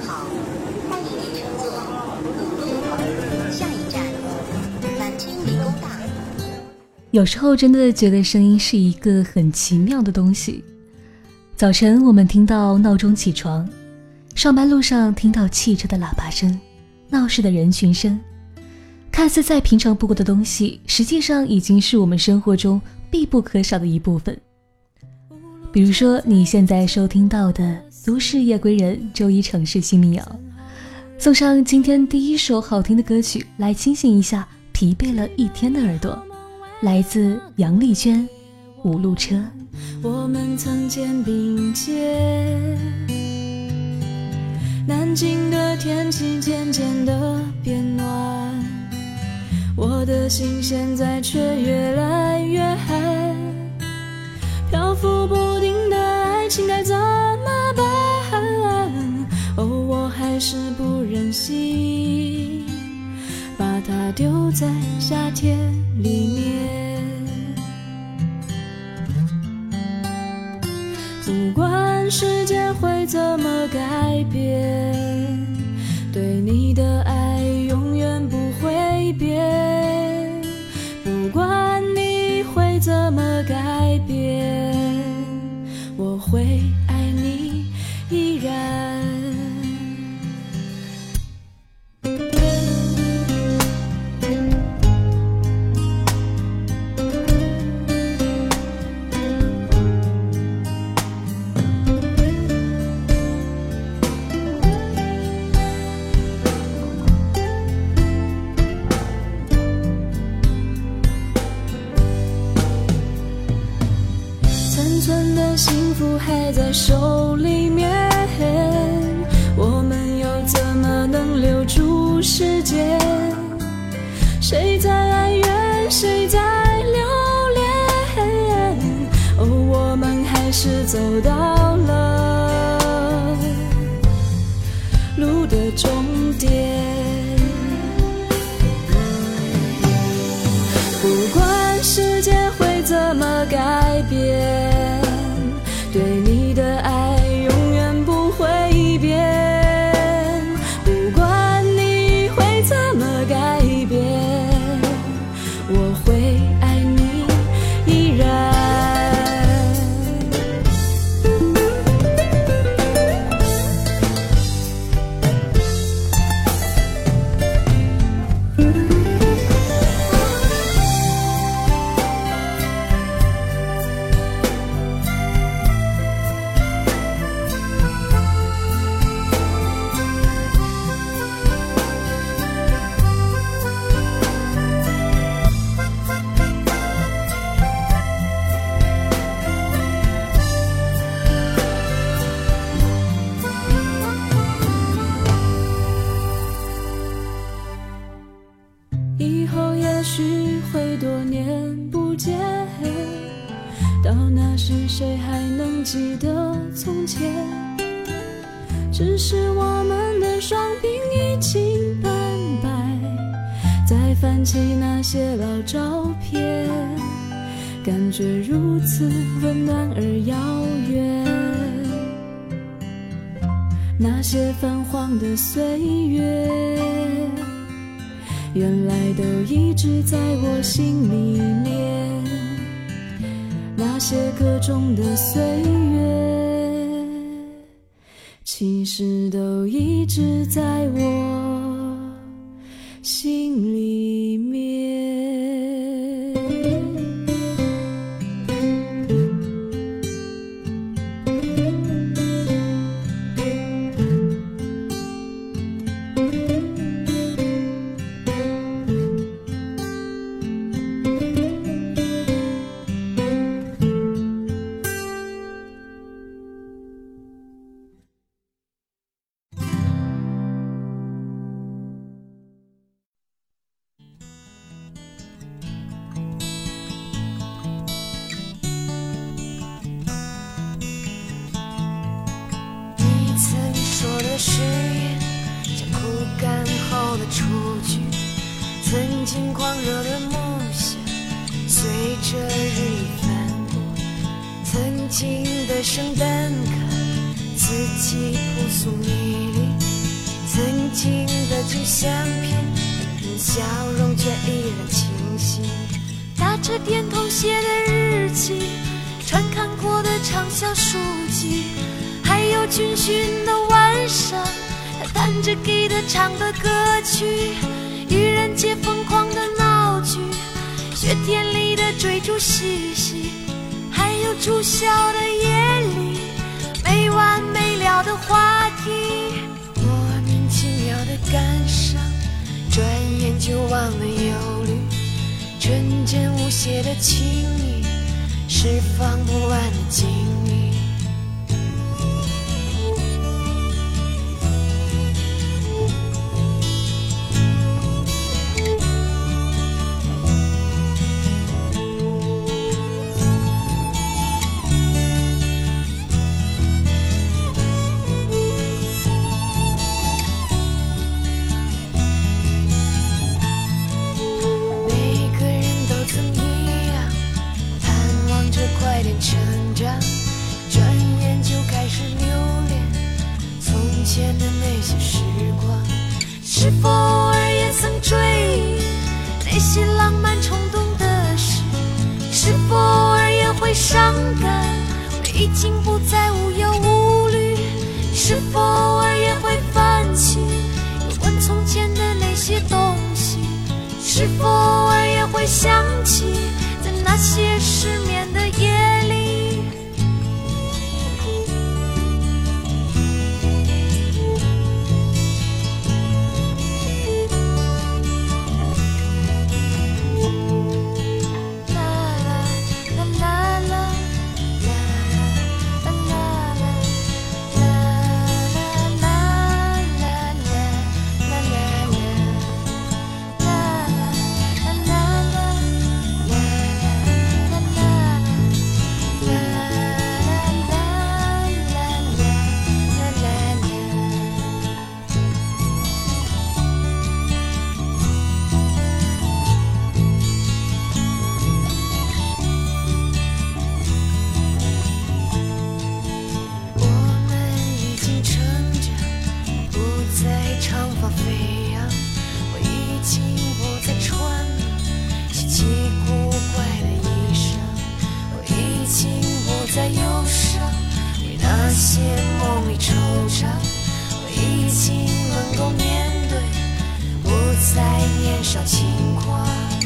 好，欢迎您乘坐陆路黄河，下一站南京理工大。 有时候真的觉得声音是一个很奇妙的东西。早晨我们听到闹钟起床，上班路上听到汽车的喇叭声，闹市的人群声，看似再平常不过的东西，实际上已经是我们生活中必不可少的一部分。比如说你现在收听到的都市夜归人周一城市新民谣，送上今天第一首好听的歌曲，来清醒一下疲惫了一天的耳朵，来自杨丽娟《五路车》。 我们曾肩并肩，南京的天气渐渐地变暖，我的心现在却越来越寒，漂浮不定的爱情该怎么办？哦，我还是不忍心把它丢在夏天里面。不管世界会怎么改变，对你的爱永远不会变。不管你会怎么改变，我会爱你依然。幸福还在手里面，我们又怎么能留住时间？谁在哀怨，谁在留恋？哦，我们还是走到了路的终点。不管世界会怎么改变，对你的爱永远不会变。不管你会怎么改变，我会爱你依然。以后也许会多年不见，到那时谁还能记得从前？只是我们的双鬓已经斑白，再翻起那些老照片，感觉如此温暖而遥远。那些泛黄的岁月，原来都一直在我心里面。那些歌中的岁月，其实都一直在我心里面。 誓言将枯干后的雏菊，曾经狂热的梦想随着日益斑驳，曾经的圣诞卡字迹朴素美丽， 着电筒写的日记，传看过的畅销书籍，还有军训的晚上，他弹着给他唱的歌曲，愚人节疯狂的闹剧，雪天里的追逐嬉戏，还有住校的夜里没完没了的话题，莫名其妙的感伤，转眼就忘了忧虑，纯真无邪的情谊，释放不完的经历。成长，转眼就开始留恋从前的那些时光，是否偶尔也曾追忆那些浪漫冲动的事，是否偶尔也会伤感我已经不再无忧无虑，是否偶尔也会泛起有关从前的那些东西，是否偶尔也会想起在那些失眠的夜里，那些梦里惆怅，我已经能够面对，不再年少轻狂。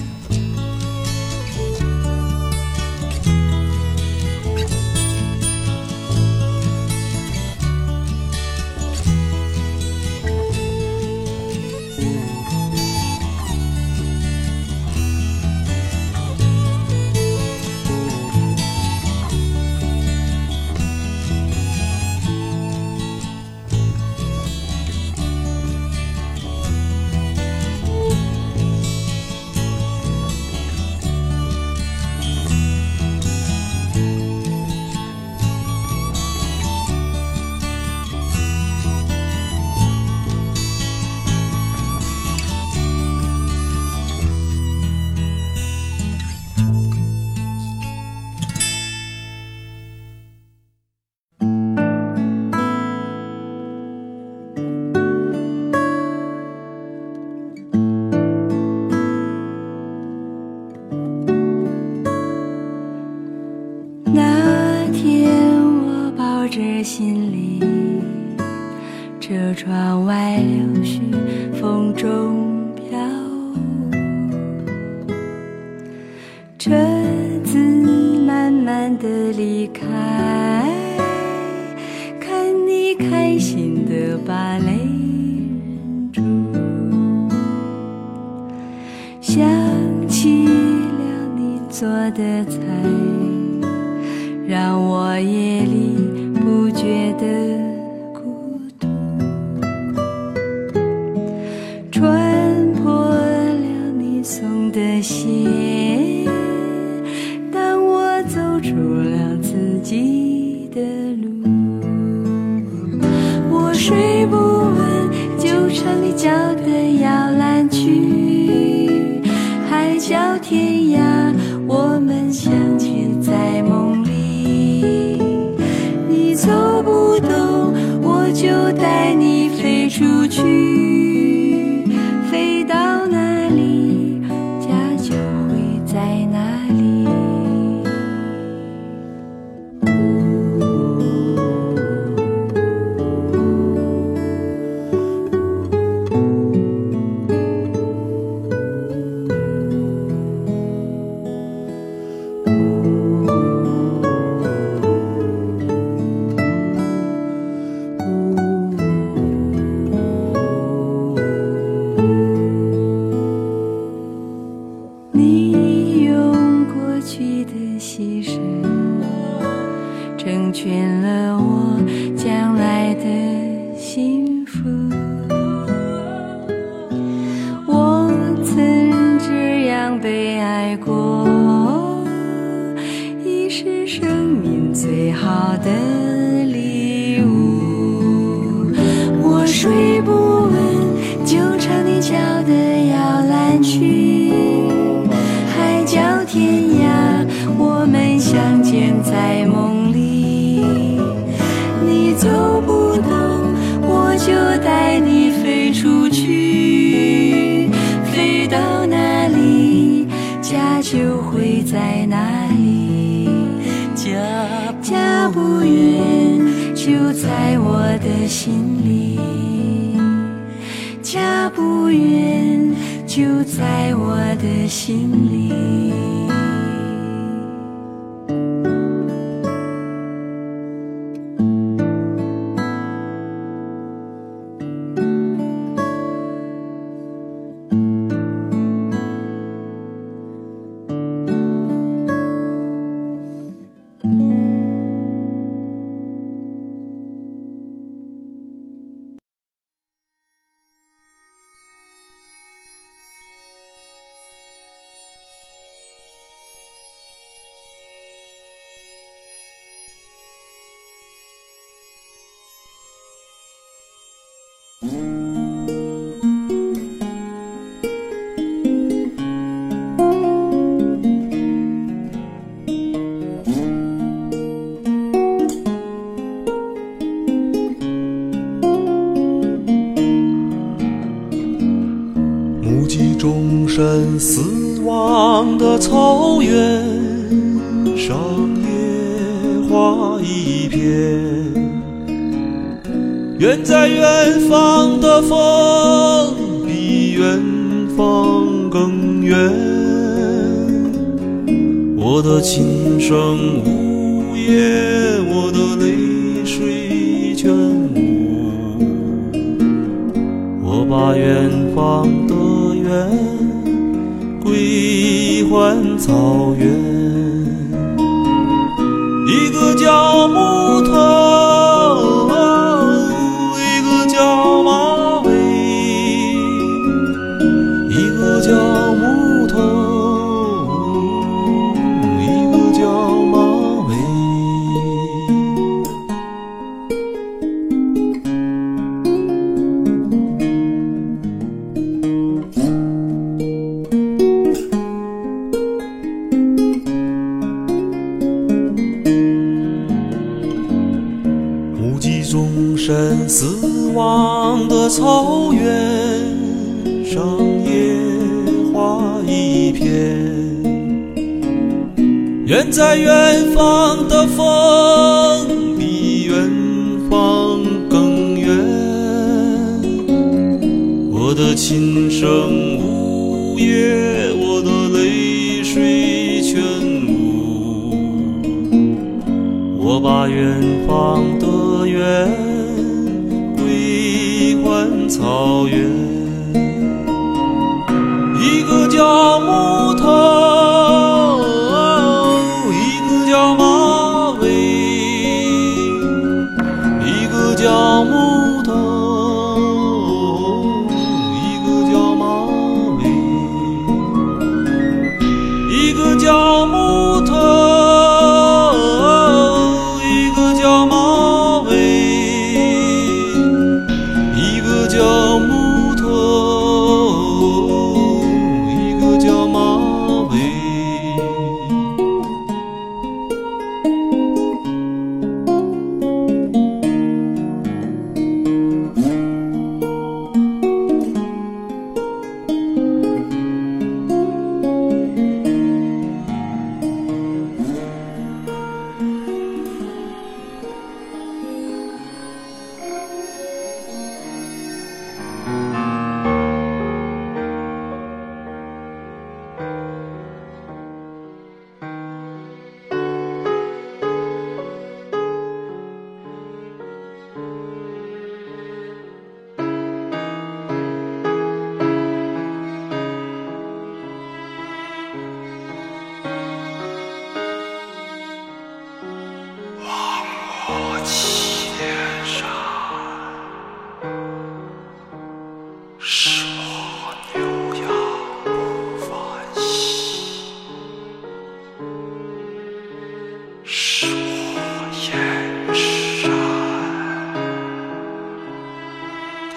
心里，这窗外柳絮风中飘，车子慢慢地离开，看你开心地把泪忍住，想起了你做的菜，让我夜里不觉得孤独，穿破了你送的鞋，当我走出了自己的路，我睡不稳，就唱你教的摇篮曲，海角天涯，我们相见在梦里。你走不动，我就带你飞出去，飞到哪里，家就会在哪里。 最好的礼物。我睡不稳，就唱你教的摇篮曲，海角天涯，我们相见在梦里。你走不动，我就带你飞出去，飞到哪里，家就会在哪里。家不远，就在我的心里。家不远，就在我的心里。 目击众生死亡的草原上，野花一片，远在远方的风比远方更远。我的琴声呜咽，我的泪水全无，我把远方的远归还草原。一个叫木头，一个叫马尾，一个叫木头，一个叫马尾。目击众生死亡的草原上，野花一片，远在远方的风比远方更远。我的琴声呜咽，我的泪水全无，我把远方的远归还草原。一个叫木头，一个叫马尾，一个叫木头，一个叫马尾，一个叫木头，一个叫马尾，一个叫木头，一个叫马尾。说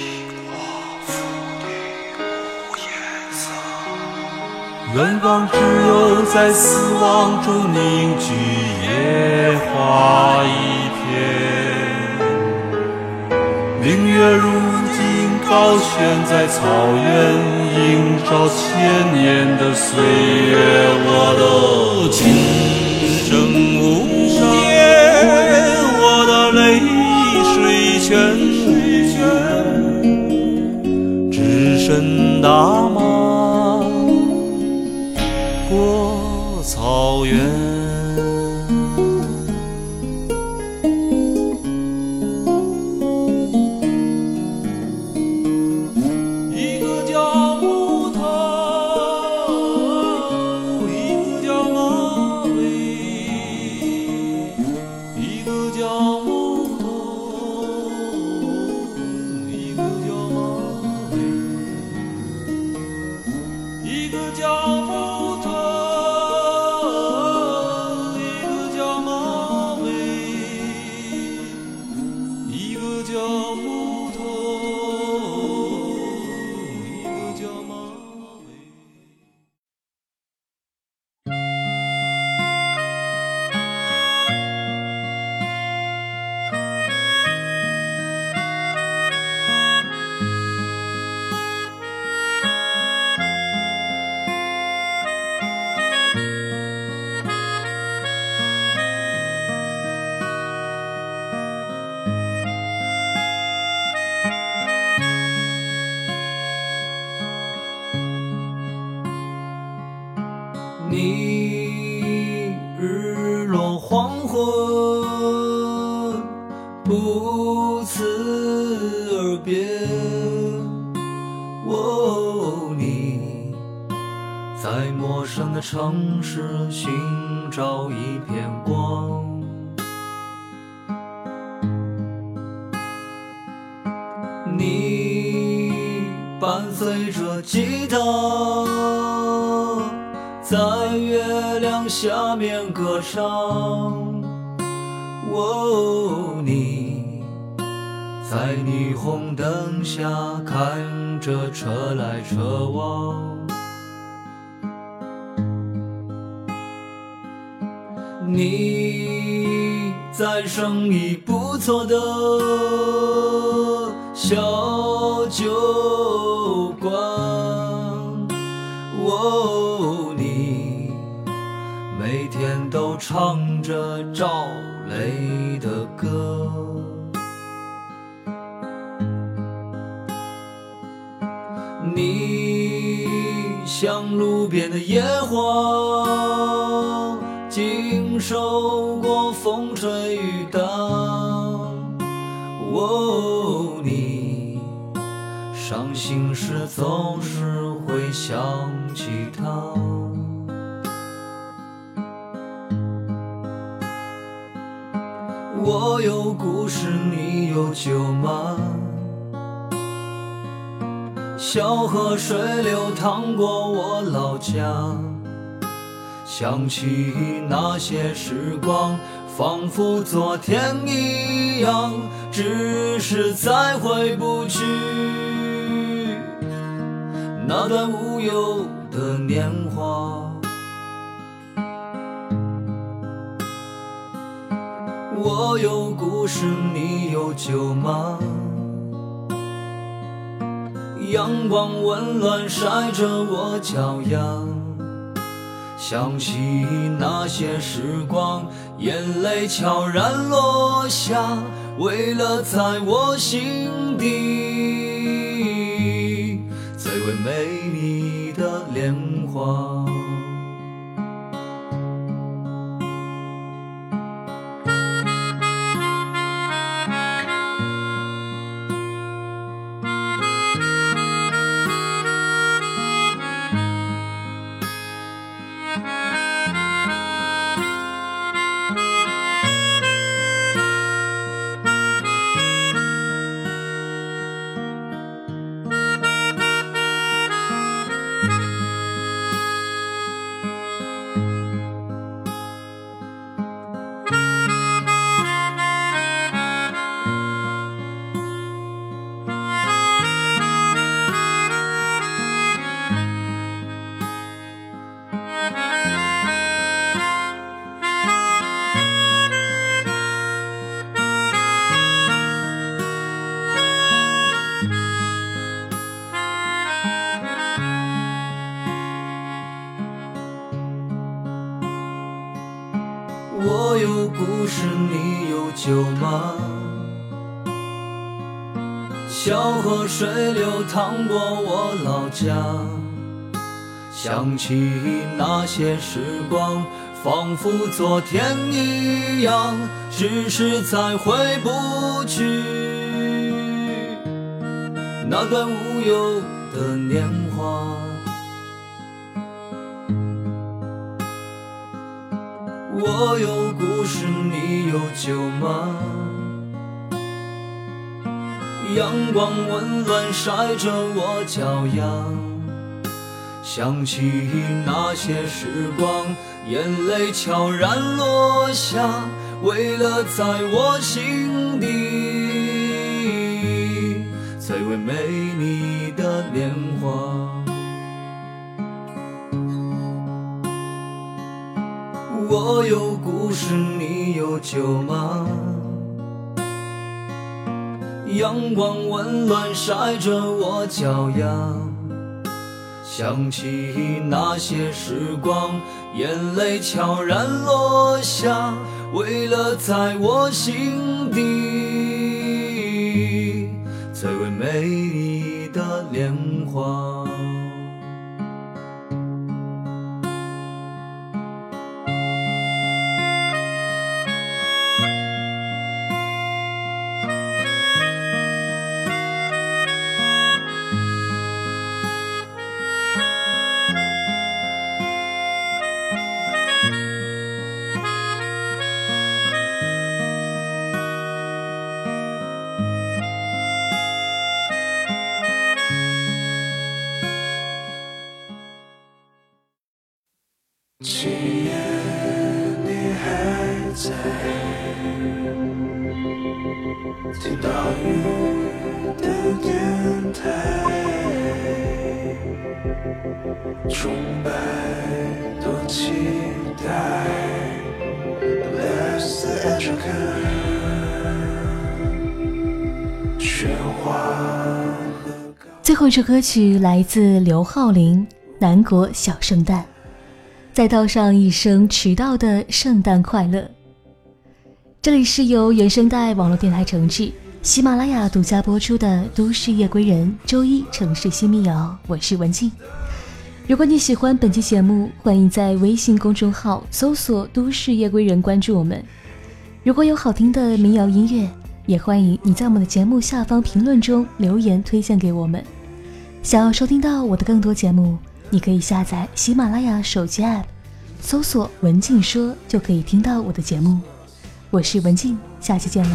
远方只有在死亡中凝聚野花一片，明月如今高悬在草原，映照千年的岁月。我的琴声无言，我的泪水全无，只身打马过草原。一个叫木头，一个叫马尾，一个叫木头，一个叫马尾，一个叫木头，一个叫马尾，一个叫木头，一个叫马尾。 你日落黄昏，不辞而别。哦，你在陌生的城市寻找一片光。你伴随着吉他，在月亮下面歌唱。哦，你在霓虹灯下看着车来车往。你在生意不错的小酒馆。哦，你每天都唱着赵雷的歌。你像路边的野花，经受过风吹雨打。哦，你伤心时总是会想起他。我有故事，你有酒吗？小河水流淌过我老家，想起那些时光，仿佛昨天一样，只是再回不去那段无忧的年华。我有故事，你有酒吗？阳光温暖晒着我脚丫，想起那些时光，眼泪悄然落下，为了在我心底最为美丽的莲花。 事你有酒吗？小河水流淌过我老家，想起那些时光，仿佛昨天一样，只是再回不去那段无忧的年华。我有故事，你有酒吗？阳光温暖晒着我脚丫，想起那些时光，眼泪悄然落下，为了在我心底最为美丽的年华。我有故事，你有酒吗？阳光温暖晒着我脚丫，想起那些时光，眼泪悄然落下，为了在我心底最为美丽的莲花。 今夜你还在，听到雨的电台，崇拜多期待 Bless the African 喧哗。 最后一首歌曲来自刘浩霖，南国小圣诞，再道上一声迟到的圣诞快乐。这里是由原声带网络电台承制，喜马拉雅独家播出的都市夜归人周一城市新民谣，我是文静。如果你喜欢本期节目，欢迎在微信公众号搜索都市夜归人关注我们。如果有好听的民谣音乐，也欢迎你在我们的节目下方评论中留言推荐给我们。想要收听到我的更多节目，你可以下载喜马拉雅手机 app， 搜索文静说就可以听到我的节目。我是文静，下期见喽。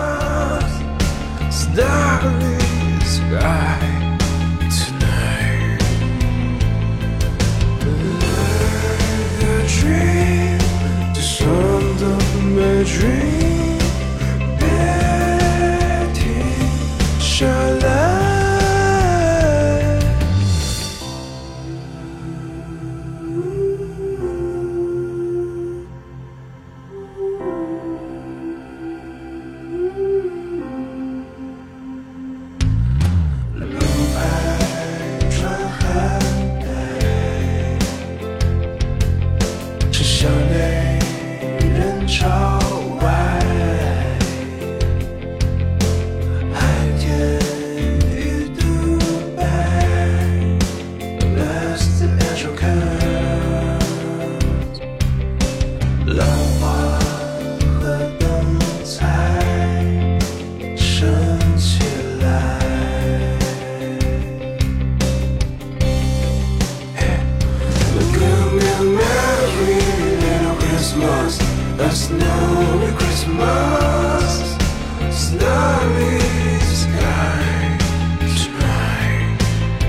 A snowy Christmas, snowy sky tonight.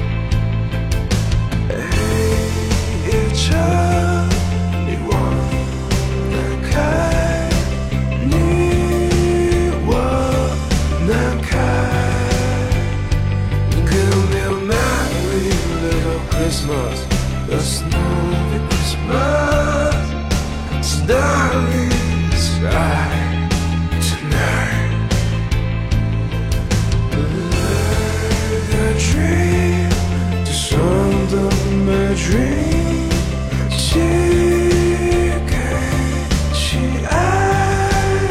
Hey,一场你我难开，你我难开。Give me a merry little Christmas, a snowy Christmas, snowy sky tonight. Let a dream to sound of my dream. 寄给亲爱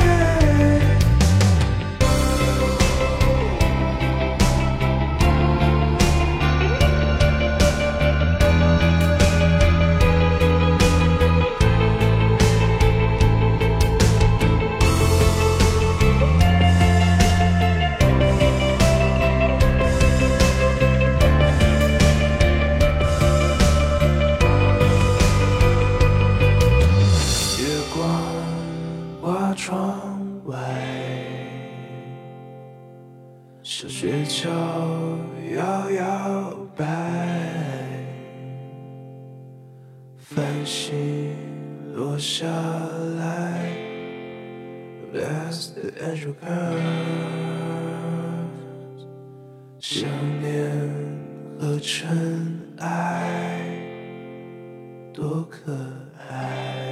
手摇摇摆，繁星落下来 As the angel comes， 想念和尘埃多可爱。